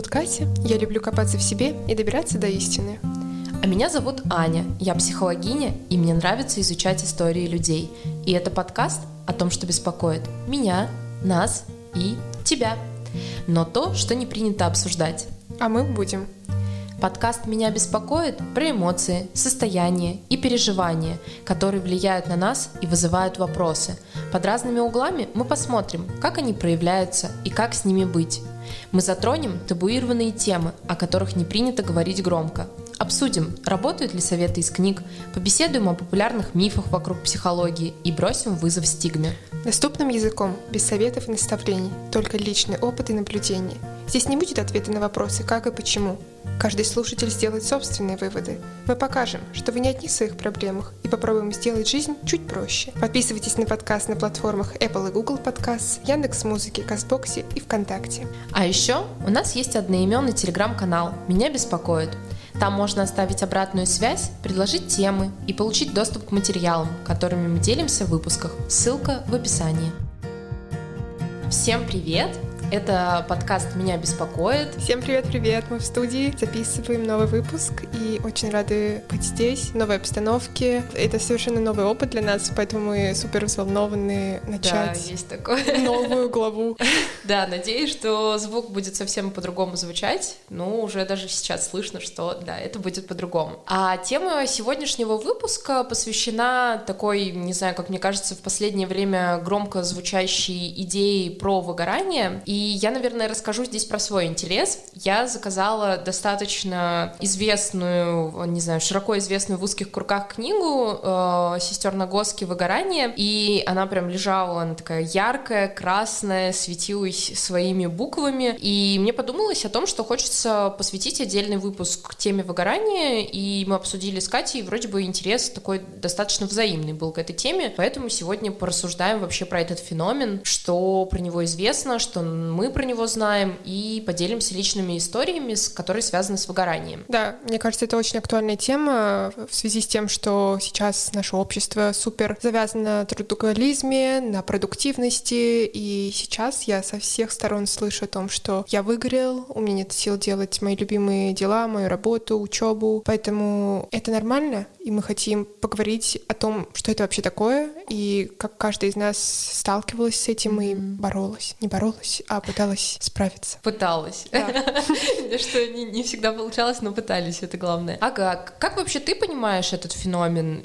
зовут Катя, я люблю копаться в себе и добираться до истины. А меня зовут Аня, я психологиня, и мне нравится изучать истории людей. И это подкаст о том, что беспокоит меня, нас и тебя. Но то, что не принято обсуждать. А мы будем. Подкаст «Меня беспокоит» про эмоции, состояния и переживания, которые влияют на нас и вызывают вопросы. Под разными углами мы посмотрим, как они проявляются и как с ними быть. Мы затронем табуированные темы, о которых не принято говорить громко. Обсудим, работают ли советы из книг, побеседуем о популярных мифах вокруг психологии и бросим вызов стигме. Доступным языком, без советов и наставлений, только личный опыт и наблюдения. Здесь не будет ответа на вопросы «как» и «почему». Каждый слушатель сделает собственные выводы. Мы покажем, что вы не одни в своих проблемах, и попробуем сделать жизнь чуть проще. Подписывайтесь на подкаст на платформах Apple и Google Podcasts, Яндекс.Музыке, Кастбоксе и ВКонтакте. А еще у нас есть одноименный телеграм-канал «Меня беспокоит». Там можно оставить обратную связь, предложить темы и получить доступ к материалам, которыми мы делимся в выпусках. Ссылка в описании. Всем привет! Это подкаст «Меня беспокоит». Всем привет-привет! Мы в студии записываем новый выпуск и очень рады быть здесь, в новой обстановке. Это совершенно новый опыт для нас, поэтому мы супер взволнованы начать есть такое. Новую главу. Да, надеюсь, что звук будет совсем по-другому звучать. Ну, уже даже сейчас слышно, что да, это будет по-другому. А тема сегодняшнего выпуска посвящена такой, не знаю, как мне кажется, в последнее время громко звучащей идее про выгорание. И я, наверное, расскажу здесь про свой интерес. Я заказала достаточно известную, не знаю, широко известную в узких кругах книгу сестер Нагоски «Выгорание», и она прям лежала, она такая яркая, красная, светилась своими буквами, и мне подумалось о том, что хочется посвятить отдельный выпуск теме выгорания, и мы обсудили с Катей, и вроде бы интерес такой достаточно взаимный был к этой теме, поэтому сегодня порассуждаем вообще про этот феномен, что про него известно, что мы про него знаем, и поделимся личными историями, которые связаны с выгоранием. Да, мне кажется, это очень актуальная тема в связи с тем, что сейчас наше общество супер завязано на трудоголизме, на продуктивности, и сейчас я со всех сторон слышу о том, что я выгорел, у меня нет сил делать мои любимые дела, мою работу, учебу, поэтому это нормально, и мы хотим поговорить о том, что это вообще такое, и как каждый из нас сталкивалась с этим и боролась, не боролась, а пыталась справиться. Пыталась. Да. Что не всегда получалось, но пытались, это главное. Ага, как вообще ты понимаешь этот феномен?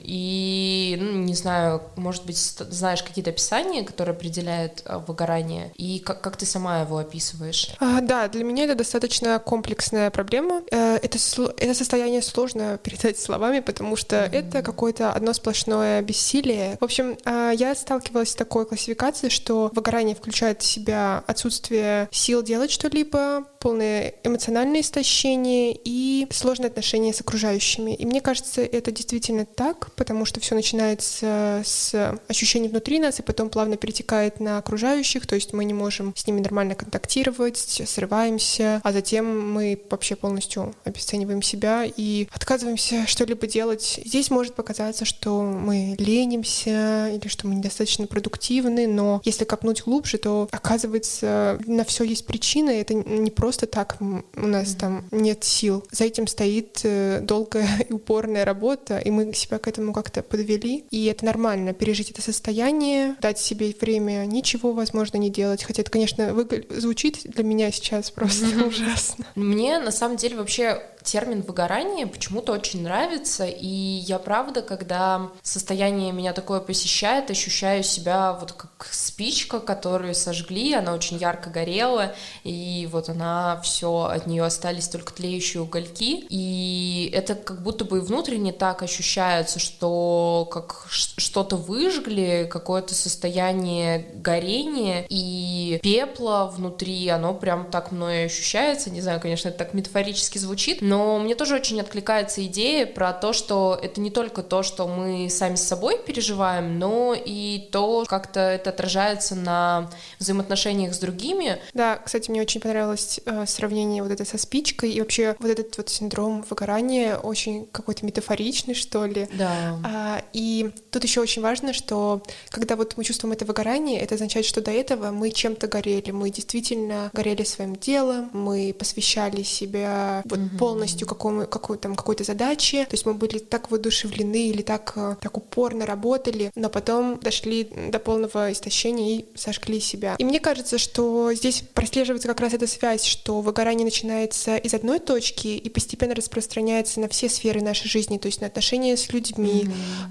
И, не знаю, может быть, знаешь какие-то описания, которые определяют выгорание? И как ты сама его описываешь? Да, для меня это достаточно комплексная проблема. Это состояние сложно передать словами, потому что это какое-то одно сплошное бессилие. В общем, я сталкивалась с такой классификацией, что выгорание включает в себя отсутствие сил делать что-либо, полное эмоциональное истощение и сложные отношения с окружающими. И мне кажется, это действительно так, потому что все начинается с ощущений внутри нас и потом плавно перетекает на окружающих, то есть мы не можем с ними нормально контактировать, срываемся, а затем мы вообще полностью обесцениваем себя и отказываемся что-либо делать. Здесь может показаться, что мы ленимся или что мы недостаточно продуктивны, но если копнуть глубже, то оказывается, на все есть причина, это не просто так у нас там нет сил. За этим стоит долгая и упорная работа, и мы себя к этому как-то подвели. И это нормально, пережить это состояние, дать себе время ничего, возможно, не делать. Хотя это, конечно, звучит для меня сейчас просто ужасно. Мне, на самом деле, вообще термин выгорание почему-то очень нравится, и я правда, когда состояние меня такое посещает, ощущаю себя вот как спичка, которую сожгли, она очень ярко горела, и вот она все, от нее остались только тлеющие угольки, и это как будто бы внутренне так ощущается, что как что-то выжгли, какое-то состояние горения и пепла внутри, оно прям так мной ощущается, не знаю, конечно, это так метафорически звучит, Но мне тоже очень откликается идея про то, что это не только то, что мы сами с собой переживаем, но и то, как-то это отражается на взаимоотношениях с другими. Да, кстати, мне очень понравилось сравнение вот это со спичкой, и вообще вот этот вот синдром выгорания очень какой-то метафоричный, что ли. Да. И тут еще очень важно, что когда вот мы чувствуем это выгорание, это означает, что до этого мы чем-то горели, мы действительно горели своим делом, мы посвящали себя вот полностью какой-то задаче, то есть мы были так воодушевлены или так упорно работали, но потом дошли до полного истощения и сожгли себя. И мне кажется, что здесь прослеживается как раз эта связь, что выгорание начинается из одной точки и постепенно распространяется на все сферы нашей жизни, то есть на отношения с людьми,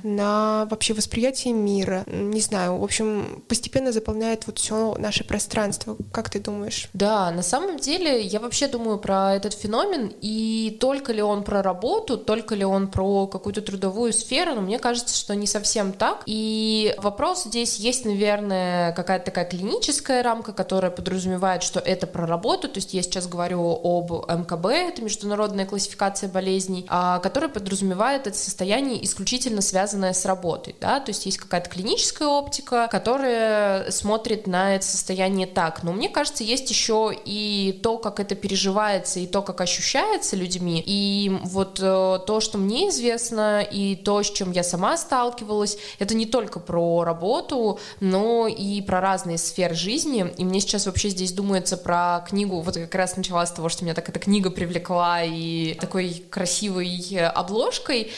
на вообще восприятие мира, не знаю, в общем, постепенно заполняет вот все наше пространство. Как ты думаешь? Да, на самом деле я вообще думаю про этот феномен, и только ли он про работу, только ли он про какую-то трудовую сферу, но мне кажется, что не совсем так. И вопрос здесь есть, наверное, какая-то такая клиническая рамка, которая подразумевает, что это про работу, то есть я сейчас говорю об МКБ, это международная классификация болезней, которая подразумевает это состояние исключительно связанное с работой, да, то есть есть какая-то клиническая оптика, которая смотрит на это состояние так, но мне кажется, есть еще и то, как это переживается, и то, как ощущается людьми, и вот то, что мне известно, и то, с чем я сама сталкивалась, это не только про работу, но и про разные сферы жизни, и мне сейчас вообще здесь думается про книгу, вот как раз начала с того, что меня так эта книга привлекла и такой красивой обложкой.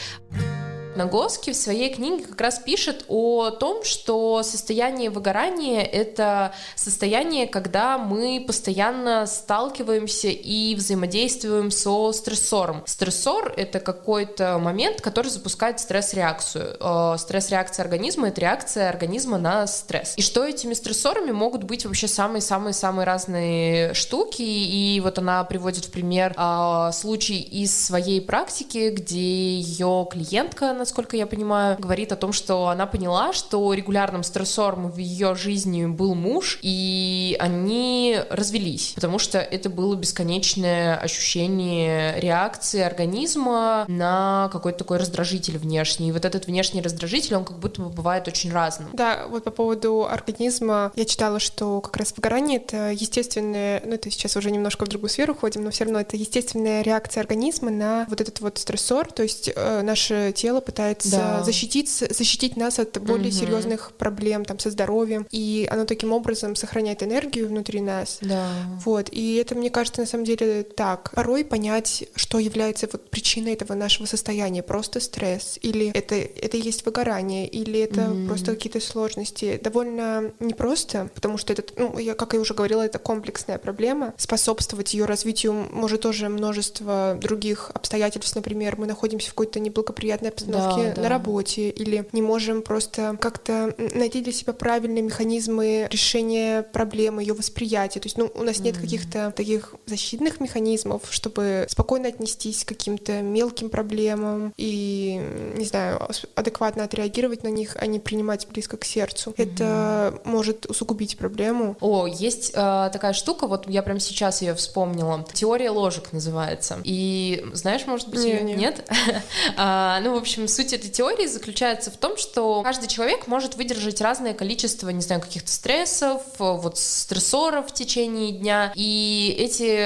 Нагоски в своей книге как раз пишет о том, что состояние выгорания — это состояние, когда мы постоянно сталкиваемся и взаимодействуем со стрессором. Стрессор — это какой-то момент, который запускает стресс-реакцию. Стресс-реакция организма — это реакция организма на стресс. И что этими стрессорами могут быть вообще самые-самые-самые разные штуки, и вот она приводит в пример случай из своей практики, где ее клиентка, насколько я понимаю, говорит о том, что она поняла, что регулярным стрессором в ее жизни был муж, и они развелись, потому что это было бесконечное ощущение реакции организма на какой-то такой раздражитель внешний. И вот этот внешний раздражитель, он как будто бы бывает очень разным. Да, вот по поводу организма я читала, что как раз выгорание — это естественное, ну это сейчас уже немножко в другую сферу уходим, но все равно это естественная реакция организма на вот этот вот стрессор, то есть наше тело пытается защитить нас от более серьезных проблем там, со здоровьем, и оно таким образом сохраняет энергию внутри нас. Да. Вот. И это, мне кажется, на самом деле так. Порой понять, что является вот причиной этого нашего состояния, просто стресс, или это и есть выгорание, или это просто какие-то сложности, довольно непросто, потому что это, как я уже говорила, это комплексная проблема. Способствовать ее развитию может тоже множество других обстоятельств. Например, мы находимся в какой-то неблагоприятной обстановке на работе, или не можем просто как-то найти для себя правильные механизмы решения проблемы, ее восприятия. То есть, у нас нет каких-то таких защитных механизмов, чтобы спокойно отнестись к каким-то мелким проблемам и, не знаю, адекватно отреагировать на них, а не принимать близко к сердцу. Это может усугубить проблему. Есть такая штука, вот я прямо сейчас ее вспомнила. Теория ложек называется. И знаешь, может быть, ее нет? В общем, суть этой теории заключается в том, что каждый человек может выдержать разное количество, не знаю, каких-то стрессов, вот стрессоров в течение дня, и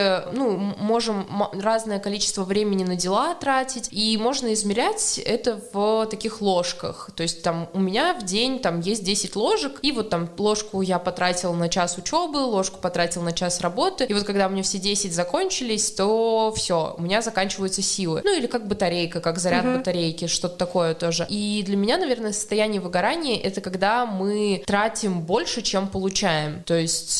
можем разное количество времени на дела тратить, и можно измерять это в таких ложках. То есть там у меня в день там есть 10 ложек, и вот там ложку я потратила на час учебы, ложку потратила на час работы, и вот когда у меня все 10 закончились, то все, у меня заканчиваются силы. Или как батарейка, как заряд батарейки, что-то такое тоже. И для меня, наверное, состояние выгорания — это когда мы тратим больше, чем получаем. То есть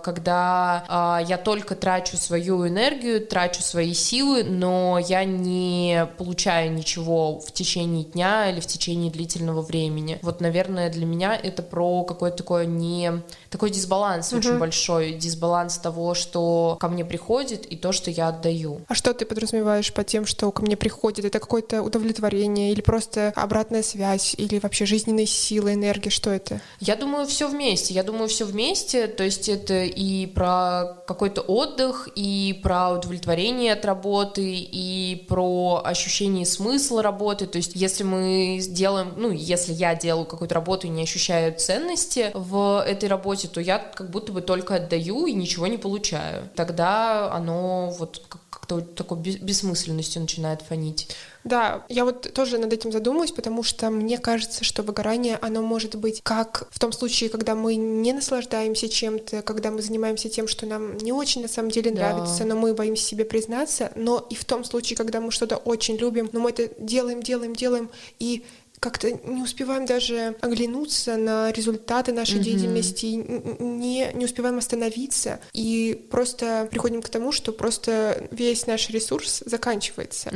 когда я только трачу свою энергию, трачу свои силы, но я не получаю ничего в течение дня или в течение длительного времени. Вот, наверное, для меня это про какой-то такой дисбаланс, очень большой дисбаланс того, что ко мне приходит, и то, что я отдаю. А что ты подразумеваешь под тем, что ко мне приходит? Это какое-то удовлетворение или просто обратная связь, или вообще жизненные силы, энергия, что это? Я думаю, все вместе, то есть это и про какой-то отдых, и про удовлетворение от работы, и про ощущение смысла работы, то есть если мы сделаем, если я делаю какую-то работу и не ощущаю ценности в этой работе, то я как будто бы только отдаю и ничего не получаю. Тогда оно вот как-то такой бессмысленностью начинает фонить. Да, я вот тоже над этим задумалась, потому что мне кажется, что выгорание, оно может быть как в том случае, когда мы не наслаждаемся чем-то, когда мы занимаемся тем, что нам не очень на самом деле нравится, но мы боимся себе признаться, но и в том случае, когда мы что-то очень любим, но мы это делаем, и как-то не успеваем даже оглянуться на результаты нашей деятельности, не успеваем остановиться, и просто приходим к тому, что просто весь наш ресурс заканчивается.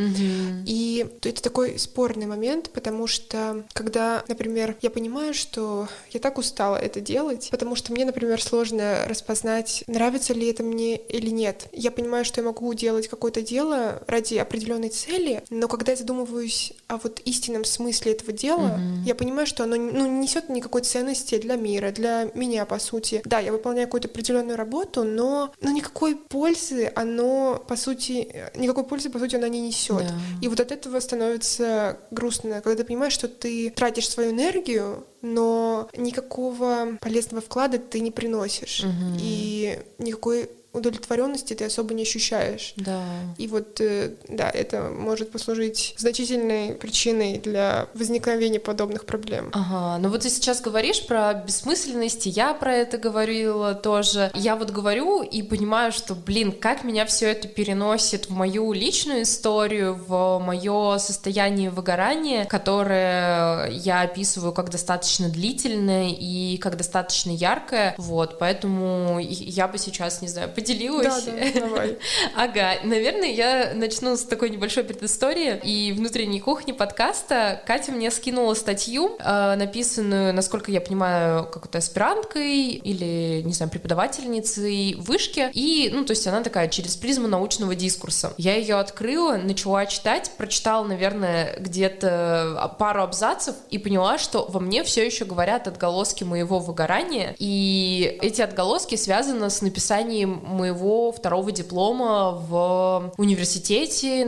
И это такой спорный момент, потому что когда, например, я понимаю, что я так устала это делать, потому что мне, например, сложно распознать, нравится ли это мне или нет. Я понимаю, что я могу делать какое-то дело ради определенной цели, но когда я задумываюсь о вот истинном смысле этого дела, я понимаю, что оно не несет никакой ценности для мира, для меня, по сути. Да, я выполняю какую-то определенную работу, но никакой пользы оно, по сути, она не несет. Да. И вот от этого становится грустно, когда ты понимаешь, что ты тратишь свою энергию, но никакого полезного вклада ты не приносишь. И никакой удовлетворенности ты особо не ощущаешь. Да. И вот, да, это может послужить значительной причиной для возникновения подобных проблем. Ага, ну вот ты сейчас говоришь про бессмысленность, и я про это говорила тоже. Я вот говорю и понимаю, что, как меня все это переносит в мою личную историю, в мое состояние выгорания, которое я описываю как достаточно длительное и как достаточно яркое. Вот, поэтому я бы сейчас, не знаю, поделилась. Да, давай. Ага, наверное, я начну с такой небольшой предыстории и внутренней кухни подкаста. Катя мне скинула статью, написанную, насколько я понимаю, какой-то аспиранткой или, не знаю, преподавательницей в вышке, и, то есть она такая через призму научного дискурса. Я ее открыла, начала читать, прочитала, наверное, где-то пару абзацев и поняла, что во мне все еще говорят отголоски моего выгорания, и эти отголоски связаны с написанием моего второго диплома в университете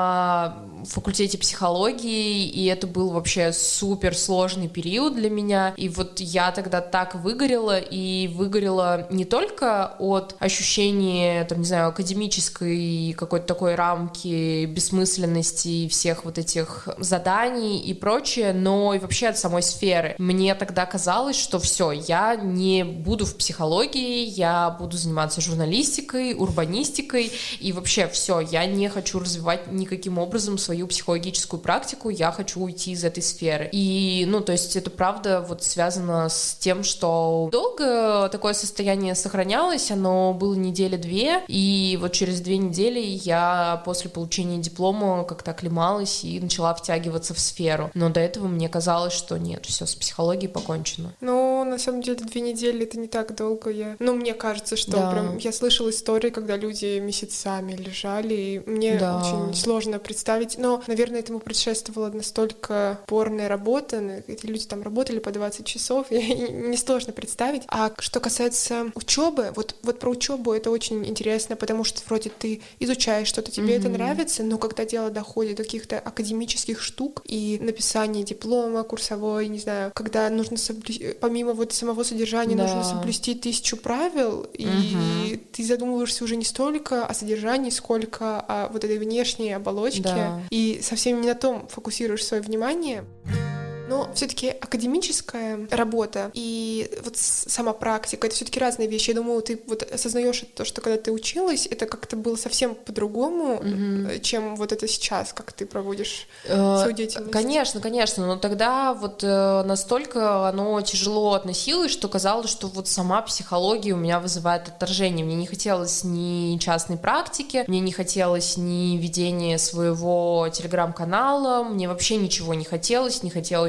на факультете психологии, и это был вообще супер сложный период для меня, и вот я тогда так выгорела, и выгорела не только от ощущения, не знаю, академической какой-то такой рамки, бессмысленности всех вот этих заданий и прочее, но и вообще от самой сферы. Мне тогда казалось, что все, я не буду в психологии, я буду заниматься журналистикой, урбанистикой, и вообще все, я не хочу развивать никаким образом свою психологическую практику, я хочу уйти из этой сферы. И, то есть это правда вот связано с тем, что долго такое состояние сохранялось, оно было недели-две, и вот через 2 недели я после получения диплома как-то оклемалась и начала втягиваться в сферу. Но до этого мне казалось, что нет, все, с психологией покончено. На самом деле 2 недели это не так долго. Мне кажется, что прям я слышала истории, когда люди месяцами лежали, и мне очень сложно представить. Но, наверное, этому предшествовала настолько упорная работа. Эти люди там работали по 20 часов, и несложно представить. А что касается учебы, вот про учебу это очень интересно, потому что вроде ты изучаешь что-то, тебе это нравится, но когда дело доходит до каких-то академических штук и написания диплома, курсовой, не знаю, когда нужно помимо вот самого содержания нужно соблюсти 1000 правил, и ты задумываешься уже не столько о содержании, сколько о вот этой внешней оболочке, и совсем не на том фокусируешь свое внимание. Но все-таки академическая работа и вот сама практика — это все-таки разные вещи. Я думаю, ты вот осознаешь то, что когда ты училась, это как-то было совсем по-другому, чем вот это сейчас, как ты проводишь свою деятельность. Конечно, но тогда вот настолько оно тяжело относилось, что казалось, что вот сама психология у меня вызывает отторжение. Мне не хотелось ни частной практики, мне не хотелось ни ведения своего телеграм-канала, мне вообще ничего не хотелось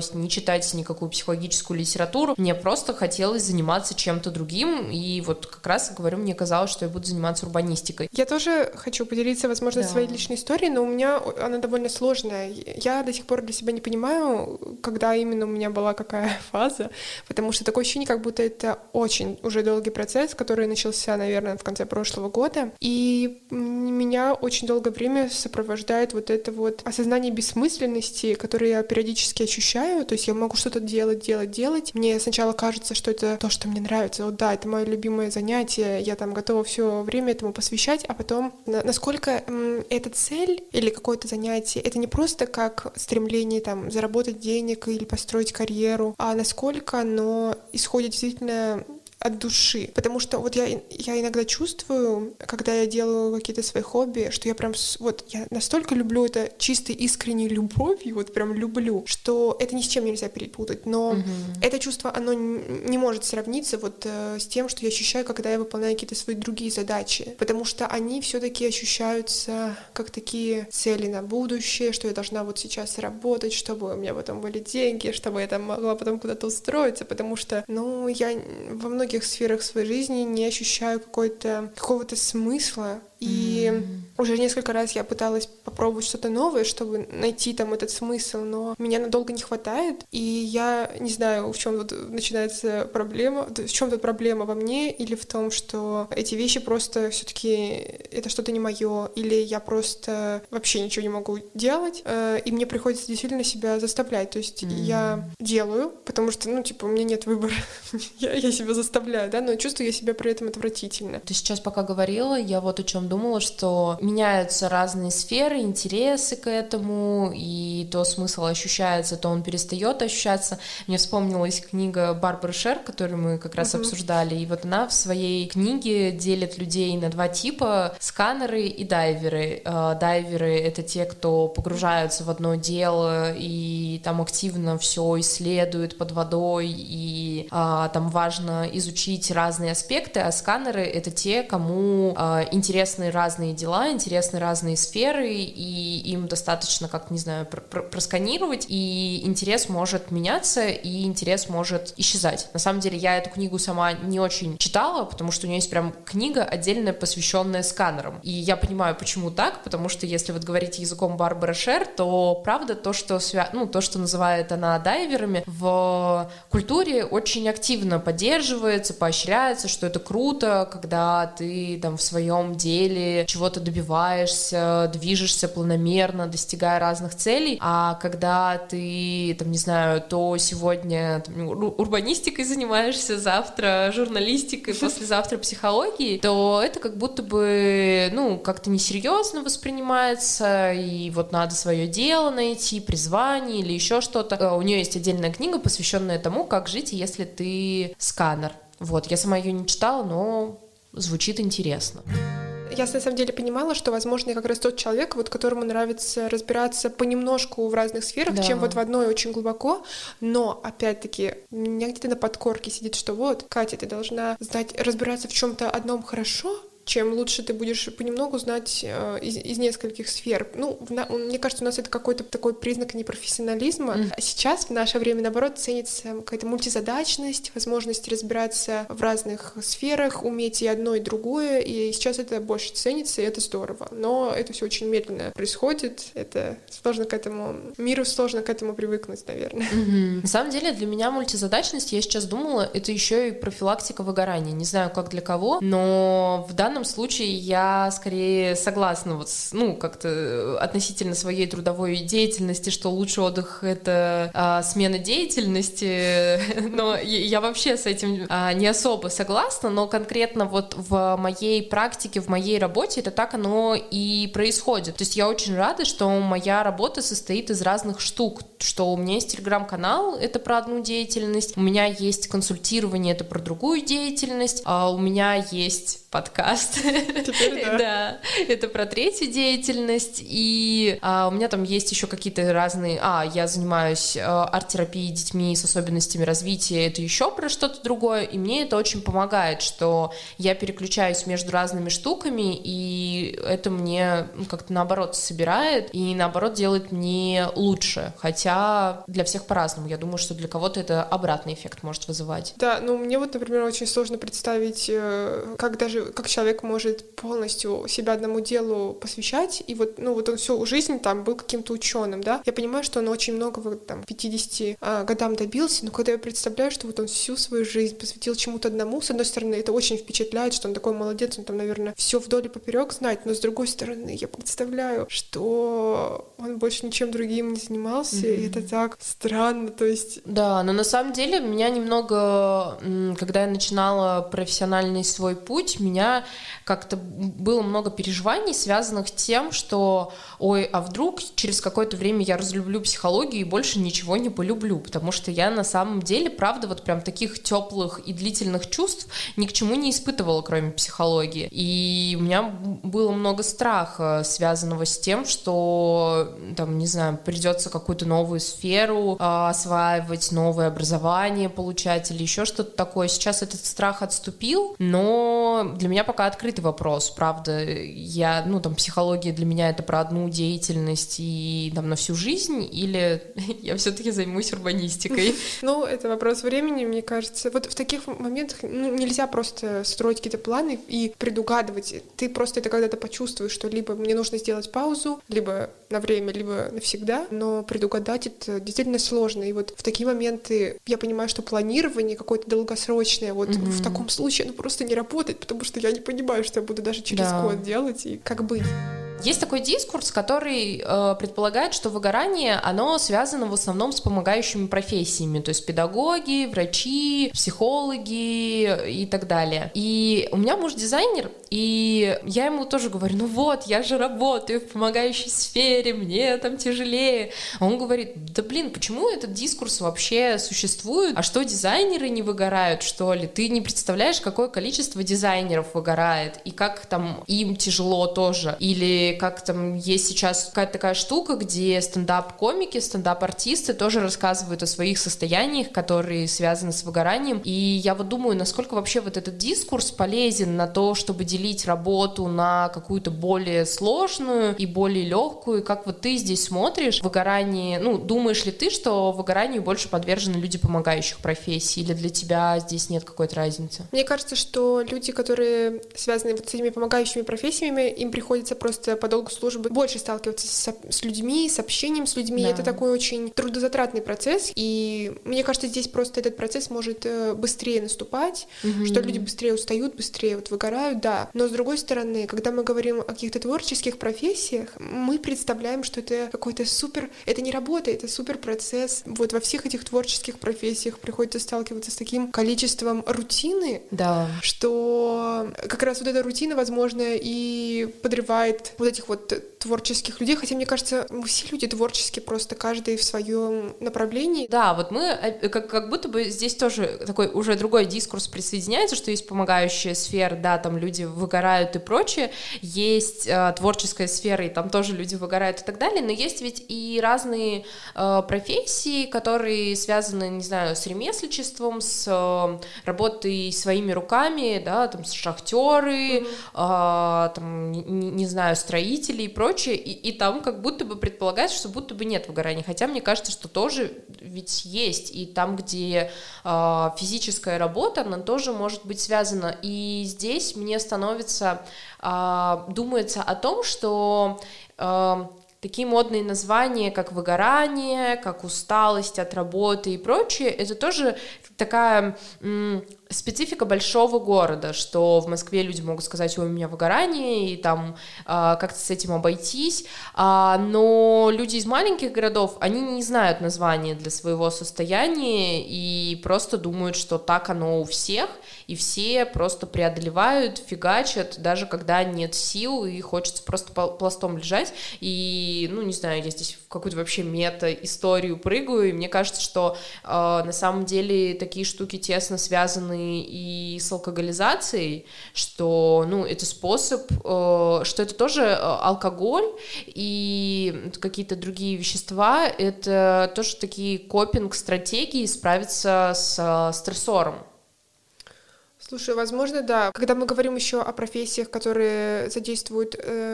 просто не читать никакую психологическую литературу, мне просто хотелось заниматься чем-то другим, и вот как раз, говорю, мне казалось, что я буду заниматься урбанистикой. Я тоже хочу поделиться, возможно, своей личной историей, но у меня она довольно сложная. Я до сих пор для себя не понимаю, когда именно у меня была какая фаза, потому что такое ощущение, как будто это очень уже долгий процесс, который начался, наверное, в конце прошлого года, и меня очень долгое время сопровождает вот это вот осознание бессмысленности, которое я периодически ощущаю, то есть я могу что-то делать. Мне сначала кажется, что это то, что мне нравится, вот да, это мое любимое занятие, я там готова все время этому посвящать, а потом насколько эта цель или какое-то занятие, это не просто как стремление там заработать денег или построить карьеру, а насколько оно исходит действительно от души. Потому что вот я иногда чувствую, когда я делаю какие-то свои хобби, что я прям вот я настолько люблю это чистой искренней любовью, вот прям люблю, что это ни с чем нельзя перепутать. Но это чувство, оно не может сравниться вот с тем, что я ощущаю, когда я выполняю какие-то свои другие задачи. Потому что они все-таки ощущаются как такие цели на будущее, что я должна вот сейчас работать, чтобы у меня потом были деньги, чтобы я там могла потом куда-то устроиться, потому что, я во многих сферах своей жизни не ощущаю какого-то смысла. И уже несколько раз я пыталась попробовать что-то новое, чтобы найти там этот смысл, но меня надолго не хватает, и я не знаю, в чем тут начинается проблема, в чем тут проблема во мне, или в том, что эти вещи просто все-таки это что-то не мое, или я просто вообще ничего не могу делать, и мне приходится действительно себя заставлять, то есть я делаю, потому что, у меня нет выбора, я себя заставляю, да, но чувствую я себя при этом отвратительно. Ты сейчас пока говорила, я вот о чем думала, что меняются разные сферы, интересы к этому, и то смысл ощущается, то он перестает ощущаться. Мне вспомнилась книга Барбары Шер, которую мы как раз обсуждали, и вот она в своей книге делит людей на два типа: сканеры и дайверы. Дайверы — это те, кто погружаются в одно дело и там активно все исследуют под водой, и там важно изучить разные аспекты, а сканеры — это те, кому интересны разные дела, интересны разные сферы, и им достаточно, просканировать, и интерес может меняться, и интерес может исчезать. На самом деле, я эту книгу сама не очень читала, потому что у нее есть прям книга отдельная, посвященная сканерам. И я понимаю, почему так, потому что если вот говорить языком Барбары Шер, то правда то, что называет она дайверами, в культуре очень активно поддерживается, поощряется, что это круто, когда ты там в своем деле чего-то добиваешься, движешься планомерно, достигая разных целей, а когда ты, то сегодня урбанистикой занимаешься, завтра журналистикой, послезавтра психологией, то это как будто бы, как-то несерьезно воспринимается, и вот надо свое дело найти, призвание или еще что-то. У нее есть отдельная книга, посвященная тому, как жить, если ты сканер. Вот, я сама ее не читала, но звучит интересно. Я на самом деле понимала, что, возможно, я как раз тот человек, вот которому нравится разбираться понемножку в разных сферах, да, чем вот в одной очень глубоко, но, опять-таки, у меня где-то на подкорке сидит, что вот, Катя, ты должна разбираться в чем-то одном хорошо, чем лучше ты будешь понемногу знать из нескольких сфер. Мне кажется, у нас это какой-то такой признак непрофессионализма. А сейчас, в наше время, наоборот, ценится какая-то мультизадачность, возможность разбираться в разных сферах, уметь и одно, и другое, и сейчас это больше ценится, и это здорово. Но это все очень медленно происходит, миру сложно к этому привыкнуть, наверное. На самом деле, для меня мультизадачность, я сейчас думала, это еще и профилактика выгорания. Не знаю, как для кого, но в данном случае я скорее согласна как-то относительно своей трудовой деятельности, что лучший отдых — это смена деятельности, но я вообще с этим не особо согласна, но конкретно вот в моей практике, в моей работе это так оно и происходит. То есть я очень рада, что моя работа состоит из разных штук, что у меня есть телеграм-канал, это про одну деятельность, у меня есть консультирование, это про другую деятельность, у меня есть подкаст, подкаст. Теперь да. Да, это про третью деятельность, и у меня там есть еще какие-то разные... Я занимаюсь арт-терапией детьми с особенностями развития, это еще про что-то другое, и мне это очень помогает, что я переключаюсь между разными штуками, и это мне как-то наоборот собирает, и наоборот делает мне лучше, хотя для всех по-разному. Я думаю, что для кого-то это обратный эффект может вызывать. Да, ну мне вот, например, очень сложно представить, как человек может полностью себя одному делу посвящать, и вот он всю жизнь там был каким-то ученым, да. Я понимаю, что он очень многого там 50 годам добился, но когда я представляю, что вот он всю свою жизнь посвятил чему-то одному, с одной стороны, это очень впечатляет, что он такой молодец, он там, наверное, все вдоль и поперек знает, но с другой стороны, я представляю, что он больше ничем другим не занимался, и это так странно, то есть... Да, но на самом деле меня немного, когда я начинала профессиональный свой путь, меня как-то было много переживаний, связанных с тем, что, а вдруг через какое-то время я разлюблю психологию и больше ничего не полюблю, потому что я на самом деле, правда, вот прям таких теплых и длительных чувств ни к чему не испытывала, кроме психологии. И у меня было много страха, связанного с тем, что, там, не знаю, придется какую-то новую сферу осваивать, новое образование получать или еще что-то такое. Сейчас этот страх отступил, но для меня пока открытый вопрос, правда. Психология для меня это про одну деятельность и там на всю жизнь, или я все-таки займусь урбанистикой? Ну, это вопрос времени, мне кажется. Вот в таких моментах нельзя просто строить какие-то планы и предугадывать. Ты просто это когда-то почувствуешь, что либо мне нужно сделать паузу, либо на время, либо навсегда, но предугадать это действительно сложно. И вот в такие моменты я понимаю, что планирование какое-то долгосрочное вот в таком случае оно просто не работает, потому что я не понимаю, что я буду даже через год делать и как быть. Есть такой дискурс, который предполагает, что выгорание, оно связано в основном с помогающими профессиями, то есть педагоги, врачи, психологи и так далее. И у меня муж дизайнер, и я ему тоже говорю, я же работаю в помогающей сфере, мне там тяжелее. А он говорит, почему этот дискурс вообще существует? А что, дизайнеры не выгорают, что ли? Ты не представляешь, какое количество дизайнеров выгорает, и как там им тяжело тоже. Или как там есть сейчас какая-то такая штука, где стендап-комики, стендап-артисты тоже рассказывают о своих состояниях, которые связаны с выгоранием. И я вот думаю, насколько вообще вот этот дискурс полезен на то, чтобы делить работу на какую-то более сложную и более легкую. И как вот ты здесь смотришь выгорание, думаешь ли ты, что выгоранию больше подвержены люди помогающих профессий, или для тебя здесь нет какой-то разницы? Мне кажется, что люди, которые связаны вот с этими помогающими профессиями, им приходится просто по долгу службы больше сталкиваться с людьми, с общением с людьми. Да. Это такой очень трудозатратный процесс, и мне кажется, здесь просто этот процесс может быстрее наступать, что люди быстрее устают, быстрее выгорают, да. Но с другой стороны, когда мы говорим о каких-то творческих профессиях, мы представляем, что это какой-то супер... Это не работа, это супер процесс. Вот во всех этих творческих профессиях приходится сталкиваться с таким количеством рутины, что как раз вот эта рутина, возможно, и подрывает вот этих творческих людей, хотя, мне кажется, мы все люди творческие, просто каждый в своем направлении. Да, вот мы как будто бы здесь тоже такой уже другой дискурс присоединяется, что есть помогающая сфера, да, там люди выгорают и прочее, есть творческая сфера, и там тоже люди выгорают и так далее, но есть ведь и разные профессии, которые связаны, не знаю, с ремесленничеством, с работой своими руками, да, там, с шахтеры, там, не знаю, строители и прочее, и там как будто бы предполагается, что будто бы нет выгорания, хотя мне кажется, что тоже ведь есть, и там, где физическая работа, она тоже может быть связана, и здесь мне становится, думается о том, что такие модные названия, как выгорание, как усталость от работы и прочее, это тоже такая специфика большого города, что в Москве люди могут сказать, ой, у меня выгорание, и там как-то с этим обойтись, но люди из маленьких городов, они не знают названия для своего состояния и просто думают, что так оно у всех, и все просто преодолевают, фигачат, даже когда нет сил и хочется просто пластом лежать, и, не знаю, я здесь в какую-то вообще мета-историю прыгаю, и мне кажется, что на самом деле такие штуки тесно связаны связанный и с алкоголизацией, что, ну, это способ, что это тоже алкоголь и какие-то другие вещества, это тоже такие копинг-стратегии справиться с стрессором. Слушай, возможно, да. Когда мы говорим еще о профессиях, которые задействуют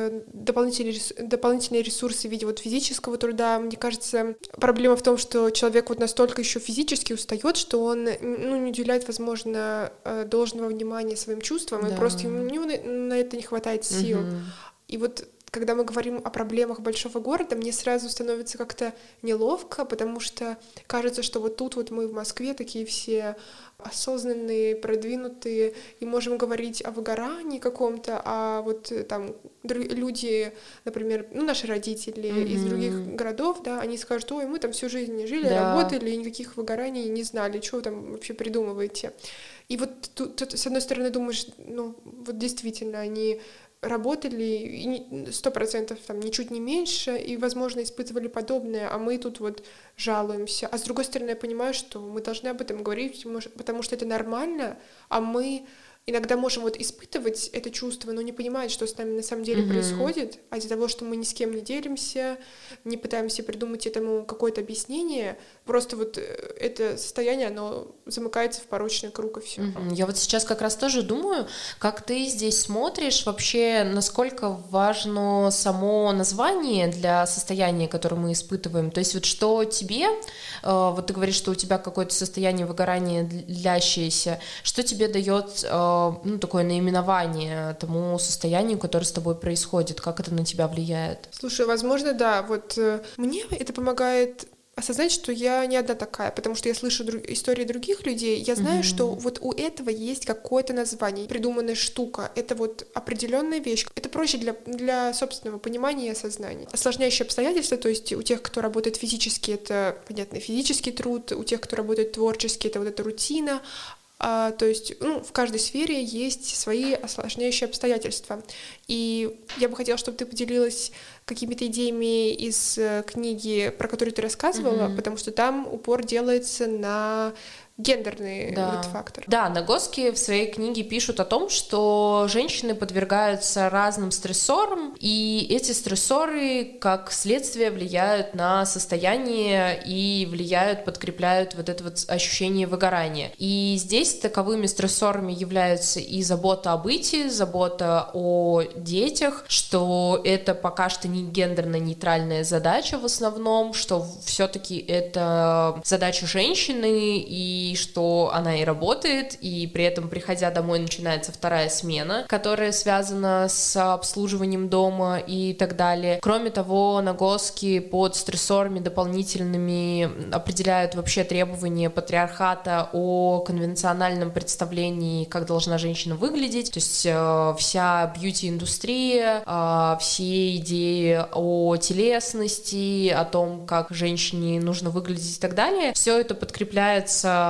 дополнительные ресурсы в виде вот физического труда, мне кажется, проблема в том, что человек вот настолько еще физически устает, что он, ну, не уделяет, возможно, должного внимания своим чувствам, и просто ему на это не хватает сил. И вот когда мы говорим о проблемах большого города, мне сразу становится как-то неловко, потому что кажется, что вот тут вот мы в Москве такие все осознанные, продвинутые, и можем говорить о выгорании каком-то, а вот там люди, например, ну, наши родители из других городов, да, они скажут: ой, мы там всю жизнь не жили, работали, и никаких выгораний не знали, что вы там вообще придумываете. И вот тут, с одной стороны, думаешь, ну, вот действительно, они работали 100% там ничуть не меньше и, возможно, испытывали подобное, а мы тут вот жалуемся. А с другой стороны, я понимаю, что мы должны об этом говорить, потому что это нормально, а мы иногда можем вот испытывать это чувство, но не понимать, что с нами на самом деле происходит, а из-за того, что мы ни с кем не делимся, не пытаемся придумать этому какое-то объяснение, просто вот это состояние, оно замыкается в порочный круг, и все. Я вот сейчас как раз тоже думаю, как ты здесь смотришь вообще, насколько важно само название для состояния, которое мы испытываем. То есть вот что тебе, вот ты говоришь, что у тебя какое-то состояние выгорания длящееся, что тебе дает ну, такое наименование тому состоянию, которое с тобой происходит, как это на тебя влияет? Слушай, возможно, да, вот мне это помогает осознать, что я не одна такая, потому что я слышу истории других людей, я знаю, что вот у этого есть какое-то название, придуманная штука, это вот определенная вещь, это проще для собственного понимания и осознания. Осложняющие обстоятельства, то есть у тех, кто работает физически, это, понятно, физический труд, у тех, кто работает творчески, это вот эта рутина, то есть, ну, в каждой сфере есть свои осложняющие обстоятельства. И я бы хотела, чтобы ты поделилась какими-то идеями из книги, про которую ты рассказывала, потому что там упор делается на гендерный вот фактор. Да, Нагоски в своей книге пишут о том, что женщины подвергаются разным стрессорам, и эти стрессоры, как следствие, влияют на состояние и влияют, подкрепляют вот это вот ощущение выгорания. И здесь таковыми стрессорами являются и забота о быте, забота о детях, что это пока что не гендерно-нейтральная задача в основном, что все-таки это задача женщины, и что она и работает, и при этом, приходя домой, начинается вторая смена, которая связана с обслуживанием дома и так далее. Кроме того, Нагоски под стрессорами дополнительными определяют вообще требования патриархата о конвенциональном представлении, как должна женщина выглядеть, то есть вся бьюти-индустрия, все идеи о телесности, о том, как женщине нужно выглядеть и так далее, все это подкрепляется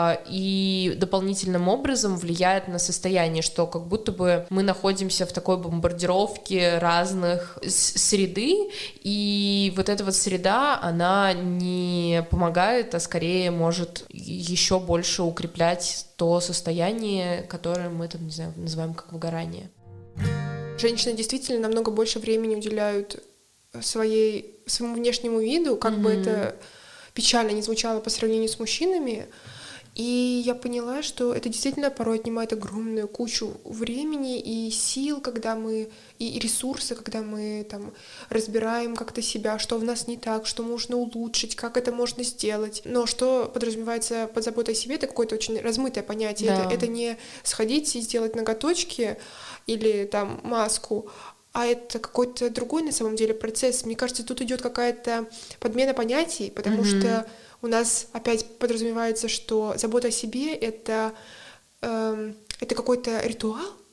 и дополнительным образом влияет на состояние, что как будто бы мы находимся в такой бомбардировке разных среды, и вот эта вот среда, она не помогает, а скорее может еще больше укреплять то состояние, которое мы там, не знаю, называем как выгорание. Женщины действительно намного больше времени уделяют своему внешнему виду, как бы это печально не звучало по сравнению с мужчинами. И я поняла, что это действительно порой отнимает огромную кучу времени и сил, когда мы, и ресурсы, когда мы там разбираем как-то себя, что в нас не так, что можно улучшить, как это можно сделать. Но что подразумевается под заботой о себе, это какое-то очень размытое понятие. Да. Это не сходить и сделать ноготочки или там маску, а это какой-то другой на самом деле процесс. Мне кажется, тут идет какая-то подмена понятий, потому что у нас опять подразумевается, что забота о себе — это какой-то ритуал,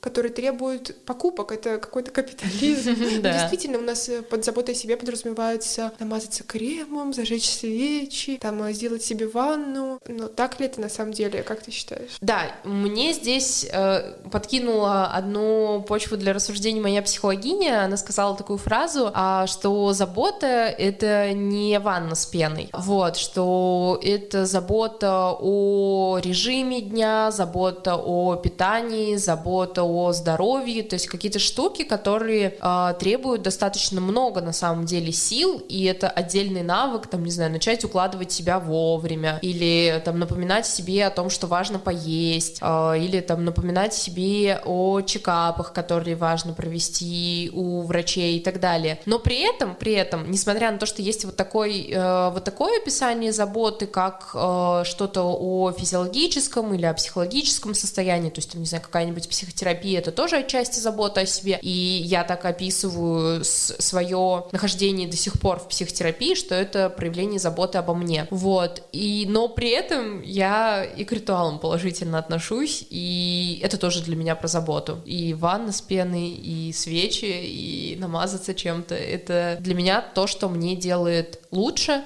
который требует покупок. Это какой-то капитализм. Действительно, у нас под заботой о себе подразумевается намазаться кремом, зажечь свечи, там, сделать себе ванну. Но так ли это на самом деле? Как ты считаешь? Да, мне здесь подкинула одну почву для рассуждений моя психологиня. Она сказала такую фразу, что забота — это не ванна с пеной. Вот, что это забота о режиме дня, забота о питании, забота о здоровье, то есть какие-то штуки, которые требуют достаточно много на самом деле сил, и это отдельный навык, там, не знаю, начать укладывать себя вовремя, или там напоминать себе о том, что важно поесть, или там напоминать себе о чекапах, которые важно провести у врачей и так далее. Но при этом, несмотря на то, что есть вот такое описание заботы, как что-то о физиологическом или о психологическом состоянии, то есть, там, не знаю, какая-нибудь психотерапия — это тоже отчасти забота о себе, и я так описываю свое нахождение до сих пор в психотерапии, что это проявление заботы обо мне. Вот. Но при этом я и к ритуалам положительно отношусь, и это тоже для меня про заботу. И ванна с пеной, и свечи, и намазаться чем-то — это для меня то, что мне делает лучше,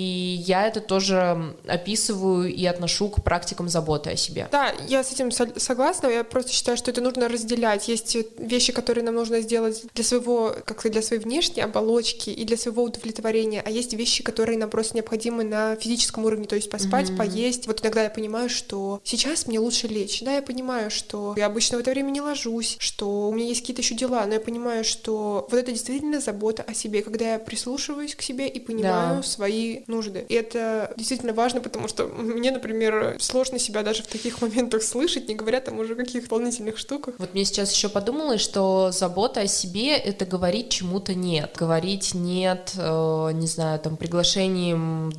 и я это тоже описываю и отношу к практикам заботы о себе. Да, я с этим согласна, я просто считаю, что это нужно разделять. Есть вещи, которые нам нужно сделать для своей внешней оболочки и для своего удовлетворения, а есть вещи, которые нам просто необходимы на физическом уровне, то есть поспать, поесть. Вот иногда я понимаю, что сейчас мне лучше лечь. Да, я понимаю, что я обычно в это время не ложусь, что у меня есть какие-то еще дела, но я понимаю, что вот это действительно забота о себе, когда я прислушиваюсь к себе и понимаю свои нужды. И это действительно важно, потому что мне, например, сложно себя даже в таких моментах слышать, не говоря там уже о каких дополнительных штуках. Вот мне сейчас еще подумалось, что забота о себе — это говорить чему-то нет. Говорить нет, не знаю, там, приглашением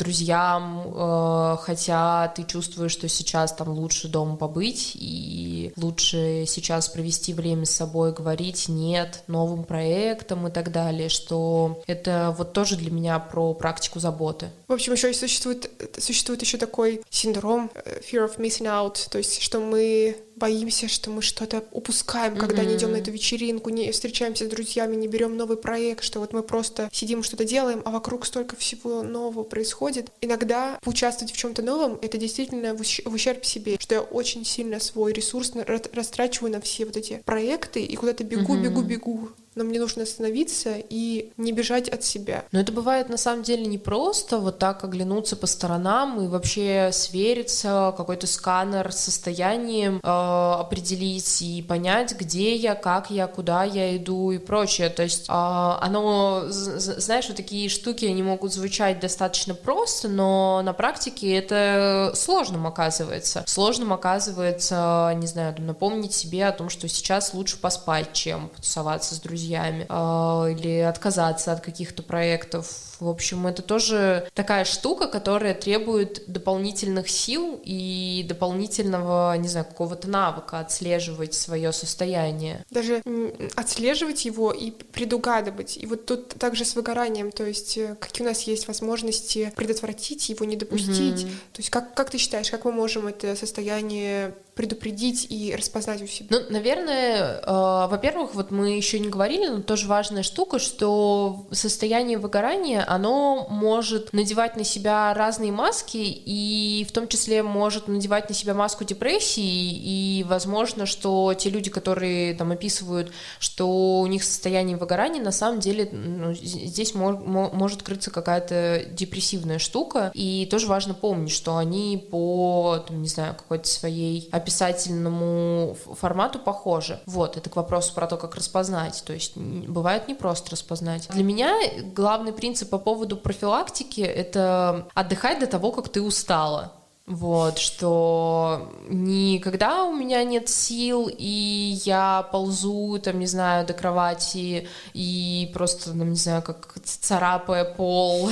друзьям, хотя ты чувствуешь, что сейчас там лучше дома побыть и лучше сейчас провести время с собой, говорить нет новым проектам и так далее, что это вот тоже для меня про практику заботы. В общем, еще и существует еще такой синдром fear of missing out, то есть что мы боимся, что мы что-то упускаем, когда не идем на эту вечеринку, не встречаемся с друзьями, не берем новый проект, что вот мы просто сидим, что-то делаем, а вокруг столько всего нового происходит. Иногда поучаствовать в чем-то новом — это действительно в ущерб себе, что я очень сильно свой ресурс растрачиваю на все вот эти проекты и куда-то бегу, но мне нужно остановиться и не бежать от себя. Но это бывает на самом деле не просто вот так оглянуться по сторонам и вообще свериться, какой-то сканер с состоянием определить и понять, где я, как я, куда я иду и прочее. То есть оно, знаешь, вот такие штуки, они могут звучать достаточно просто, но на практике это сложным оказывается. Сложным оказывается, не знаю, напомнить себе о том, что сейчас лучше поспать, чем потусоваться с друзьями, или отказаться от каких-то проектов. В общем, это тоже такая штука, которая требует дополнительных сил и дополнительного, не знаю, какого-то навыка отслеживать свое состояние. Даже отслеживать его и предугадывать. И вот тут также с выгоранием, то есть какие у нас есть возможности предотвратить его, не допустить. То есть как ты считаешь, как мы можем это состояние предупредить и распознать у себя? Ну, наверное, во-первых, вот мы еще не говорили, но тоже важная штука, что состояние выгорания, оно может надевать на себя разные маски, и в том числе может надевать на себя маску депрессии, и возможно, что те люди, которые там описывают, что у них состояние выгорания, на самом деле здесь может крыться какая-то депрессивная штука, и тоже важно помнить, что они по, там, не знаю, какой-то своей описательному формату похожи. Вот, это к вопросу про то, как распознать. То есть бывает непросто распознать. Для меня главный принцип по поводу профилактики — это отдыхать до того, как ты устала. Вот, что никогда у меня нет сил, и я ползу, там, не знаю, до кровати и просто, там, не знаю, как царапая пол.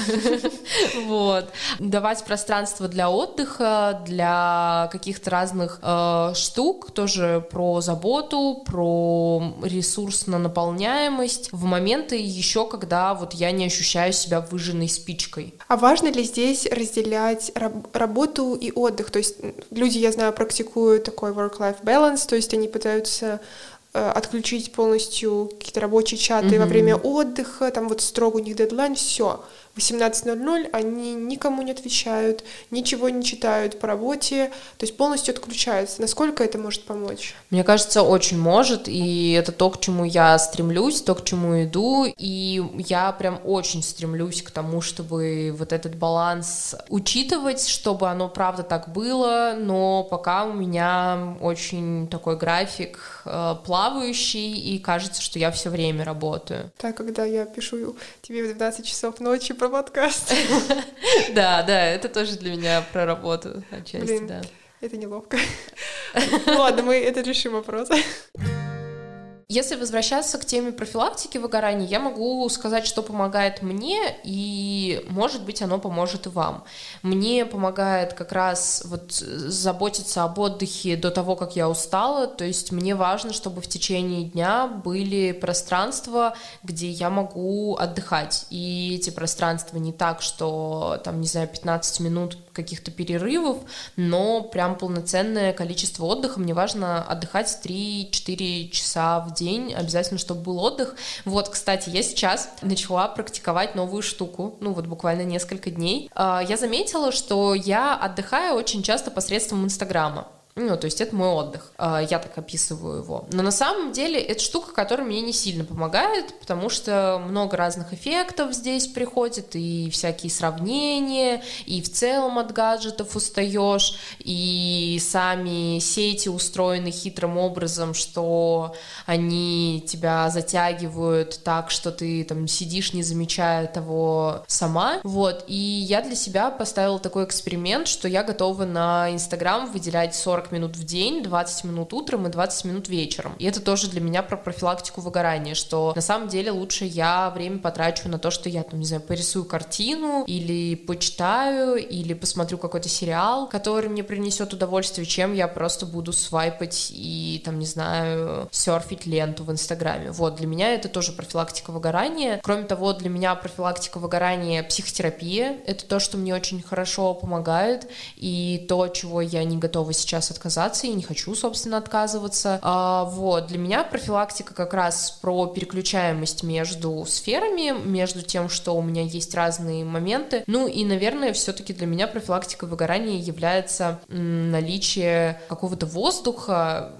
Вот. Давать пространство для отдыха, для каких-то разных штук, тоже про заботу, про ресурс на наполняемость в моменты еще, когда вот я не ощущаю себя выжженной спичкой. А важно ли здесь разделять работу и отдых? То есть люди, я знаю, практикуют такой work-life balance, то есть они пытаются отключить полностью какие-то рабочие чаты во время отдыха, там вот строго у них дедлайн, все. В 18:00 они никому не отвечают, ничего не читают по работе, то есть полностью отключаются. Насколько это может помочь? Мне кажется, очень может, и это то, к чему я стремлюсь, то, к чему иду, и я прям очень стремлюсь к тому, чтобы вот этот баланс учитывать, чтобы оно правда так было, но пока у меня очень такой график плавающий, и кажется, что я все время работаю. Так, когда я пишу тебе в 12 часов ночи про подкаст. Да, это тоже для меня про работу отчасти, да. Это неловко. Ладно, мы это решим вопрос. Если возвращаться к теме профилактики выгорания, я могу сказать, что помогает мне, и, может быть, оно поможет и вам. Мне помогает как раз вот заботиться об отдыхе до того, как я устала, то есть мне важно, чтобы в течение дня были пространства, где я могу отдыхать, и эти пространства не так, что, там, не знаю, 15 минут каких-то перерывов, но прям полноценное количество отдыха. Мне важно отдыхать 3-4 часа в день, обязательно, чтобы был отдых. Вот, кстати, я сейчас начала практиковать новую штуку, ну вот буквально несколько дней. Я заметила, что я отдыхаю очень часто посредством Инстаграма. Ну, то есть это мой отдых, я так описываю его. Но на самом деле это штука, которая мне не сильно помогает, потому что много разных эффектов здесь приходит, и всякие сравнения, и в целом от гаджетов устаешь, и сами сети устроены хитрым образом, что они тебя затягивают так, что ты там сидишь, не замечая того сама. Вот, и я для себя поставила такой эксперимент, что я готова на Инстаграм выделять 40 минут в день, 20 минут утром и 20 минут вечером. И это тоже для меня про профилактику выгорания, что на самом деле лучше я время потрачу на то, что я, там, не знаю, порисую картину, или почитаю, или посмотрю какой-то сериал, который мне принесет удовольствие, чем я просто буду свайпать и, там, не знаю, серфить ленту в Инстаграме. Вот, для меня это тоже профилактика выгорания. Кроме того, для меня профилактика выгорания — психотерапия. Это то, что мне очень хорошо помогает, и то, от чего я не готова сейчас отказаться, и не хочу, собственно, отказываться. Вот, для меня профилактика как раз про переключаемость между сферами, между тем, что у меня есть разные моменты. Ну и, наверное, все-таки для меня профилактика выгорания является наличие какого-то воздуха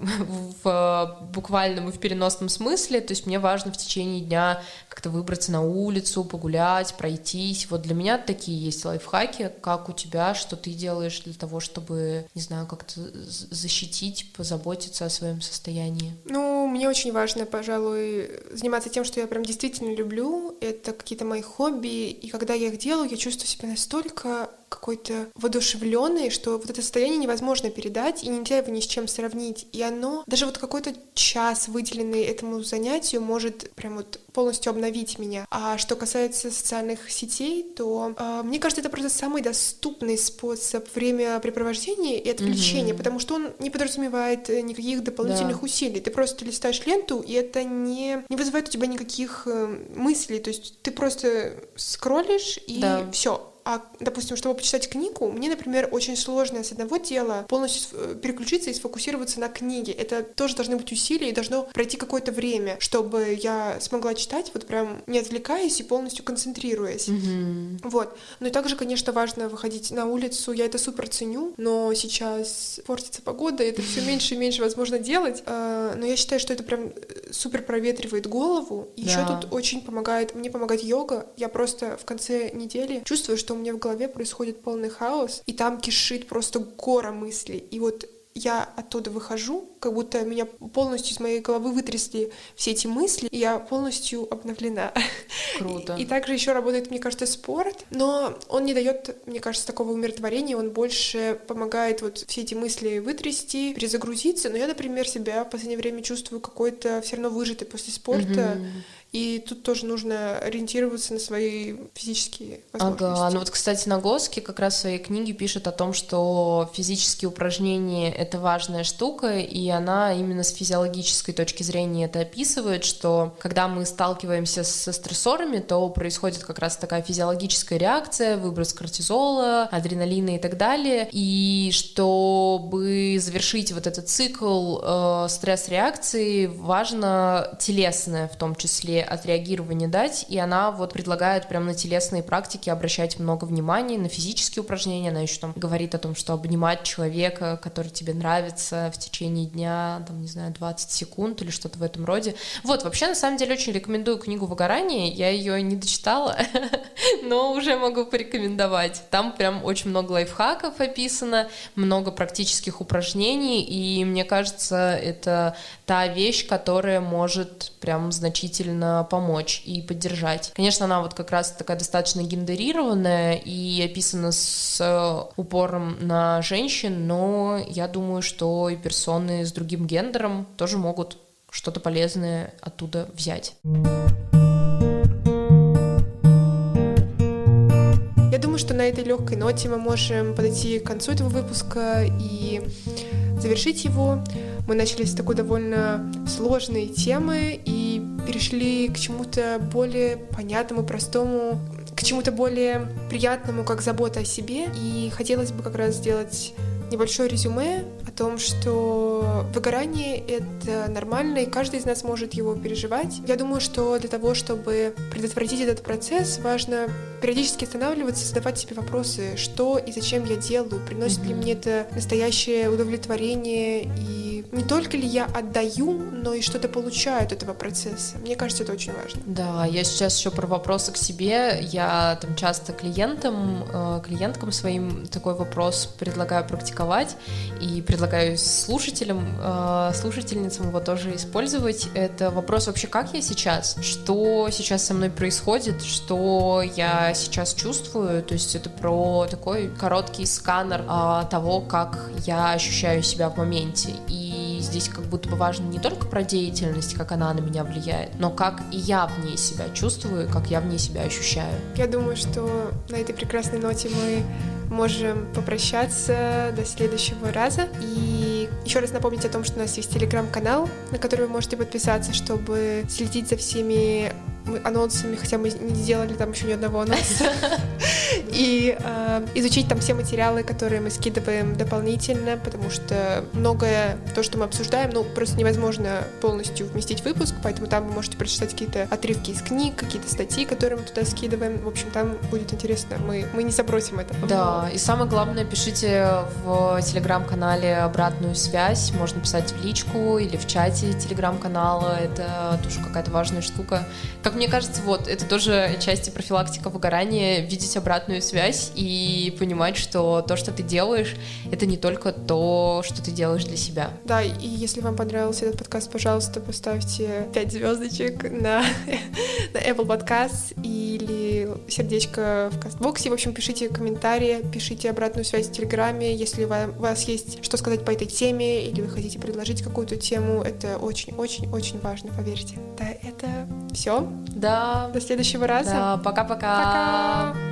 в буквальном и в переносном смысле. То есть мне важно в течение дня как-то выбраться на улицу, погулять, пройтись. Вот для меня такие есть лайфхаки. Как у тебя, что ты делаешь для того, чтобы, не знаю, как-то защитить, позаботиться о своем состоянии? Ну, мне очень важно, пожалуй, заниматься тем, что я прям действительно люблю. Это какие-то мои хобби, и когда я их делаю, я чувствую себя настолько какой-то воодушевленный, что вот это состояние невозможно передать, и нельзя его ни с чем сравнить. И оно, даже вот какой-то час, выделенный этому занятию, может прям вот полностью обновить меня. А что касается социальных сетей, то мне кажется, это просто самый доступный способ времяпрепровождения и отвлечения, потому что он не подразумевает никаких дополнительных усилий. Ты просто листаешь ленту, и это не вызывает у тебя никаких мыслей. То есть ты просто скроллишь, и все. А, допустим, чтобы почитать книгу, мне, например, очень сложно с одного дела полностью переключиться и сфокусироваться на книге. Это тоже должны быть усилия, и должно пройти какое-то время, чтобы я смогла читать, вот прям не отвлекаясь и полностью концентрируясь. Вот. Ну и также, конечно, важно выходить на улицу. Я это супер ценю, но сейчас портится погода, и это все меньше и меньше возможно делать. Но я считаю, что это прям супер проветривает голову. И еще тут очень помогает, мне помогает йога. Я просто в конце недели чувствую, что у меня в голове происходит полный хаос, и там кишит просто гора мыслей. И вот я оттуда выхожу, как будто меня полностью из моей головы вытрясли все эти мысли, и я полностью обновлена. Круто. И также еще работает, мне кажется, спорт, но он не дает, мне кажется, такого умиротворения, он больше помогает вот все эти мысли вытрясти, перезагрузиться. Но я, например, себя в последнее время чувствую какой-то все равно выжатой после спорта. и тут тоже нужно ориентироваться на свои физические возможности. Ага, ну вот, кстати, Нагоски как раз в своей книге пишет о том, что физические упражнения — это важная штука, и она именно с физиологической точки зрения это описывает, что когда мы сталкиваемся со стрессорами, то происходит как раз такая физиологическая реакция, выброс кортизола, адреналина и так далее, и чтобы завершить вот этот цикл стресс-реакции, важно телесное в том числе отреагирование дать, и она вот предлагает прямо на телесные практики обращать много внимания, на физические упражнения. Она еще там говорит о том, что обнимать человека, который тебе нравится в течение дня, там, не знаю, 20 секунд или что-то в этом роде. Вот, вообще, на самом деле, очень рекомендую книгу «Выгорание». Я ее не дочитала, но уже могу порекомендовать. Там прям очень много лайфхаков описано, много практических упражнений, и мне кажется, это та вещь, которая может прям значительно помочь и поддержать. Конечно, она вот как раз такая достаточно гендерированная и описана с упором на женщин, но я думаю, что и персоны с другим гендером тоже могут что-то полезное оттуда взять. Я думаю, что на этой легкой ноте мы можем подойти к концу этого выпуска и завершить его. Мы начали с такой довольно сложной темы и перешли к чему-то более понятному, простому, к чему-то более приятному, как забота о себе. И хотелось бы как раз сделать небольшое резюме о том, что выгорание — это нормально, и каждый из нас может его переживать. Я думаю, что для того, чтобы предотвратить этот процесс, важно периодически останавливаться и задавать себе вопросы, что и зачем я делаю, приносит ли мне это настоящее удовлетворение, и не только ли я отдаю, но и что-то получаю от этого процесса. Мне кажется, это очень важно. Да, я сейчас еще про вопросы к себе. Я там часто клиенткам своим такой вопрос предлагаю практиковать и предлагаю слушателям, слушательницам его тоже использовать. Это вопрос вообще, как я сейчас? Что сейчас со мной происходит? Что я сейчас чувствую? То есть это про такой короткий сканер того, как я ощущаю себя в моменте. И здесь как будто бы важно не только про деятельность, как она на меня влияет, но как и я в ней себя чувствую, как я в ней себя ощущаю. Я думаю, что на этой прекрасной ноте мы можем попрощаться до следующего раза. И еще раз напомнить о том, что у нас есть телеграм-канал, на который вы можете подписаться, чтобы следить за всеми анонсами, хотя мы не сделали там еще ни одного анонса, и изучить там все материалы, которые мы скидываем дополнительно, потому что многое, то, что мы обсуждаем, просто невозможно полностью вместить в выпуск, поэтому там вы можете прочитать какие-то отрывки из книг, какие-то статьи, которые мы туда скидываем. В общем, там будет интересно, мы не забросим это. Да, и самое главное, пишите в телеграм-канале обратную связь, можно писать в личку или в чате телеграм-канала, это тоже какая-то важная штука. Как мне кажется, вот, это тоже часть профилактика выгорания, видеть обратную связь и понимать, что то, что ты делаешь, это не только то, что ты делаешь для себя. Да, и если вам понравился этот подкаст, пожалуйста, поставьте 5 звездочек на Apple Podcast или сердечко в Кастбоксе. В общем, пишите комментарии, пишите обратную связь в Телеграме, если у вас есть что сказать по этой теме или вы хотите предложить какую-то тему. Это очень-очень-очень важно, поверьте. Да, это все. Да. До следующего раза. Да, пока-пока. Пока.